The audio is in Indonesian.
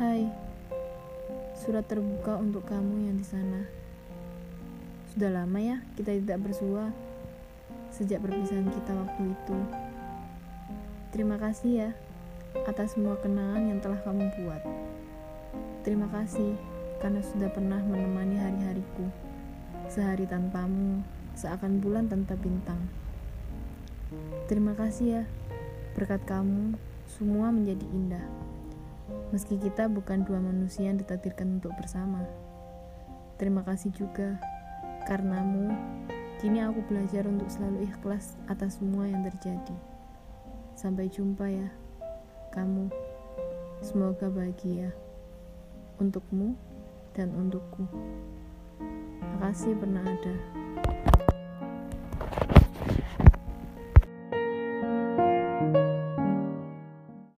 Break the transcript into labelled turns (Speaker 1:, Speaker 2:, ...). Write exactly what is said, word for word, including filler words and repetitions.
Speaker 1: Hai, surat terbuka untuk kamu yang di sana. Sudah lama ya kita tidak bersua sejak perpisahan kita waktu itu. Terima kasih ya atas semua kenangan yang telah kamu buat. Terima kasih karena sudah pernah menemani hari-hariku. Sehari tanpamu, seakan bulan tanpa bintang. Terima kasih ya, berkat kamu semua menjadi indah. Meski kita bukan dua manusia yang ditakdirkan untuk bersama. Terima kasih juga, karenamu, kini aku belajar untuk selalu ikhlas atas semua yang terjadi. Sampai jumpa ya, kamu. Semoga bahagia. Untukmu dan untukku. Makasih pernah ada.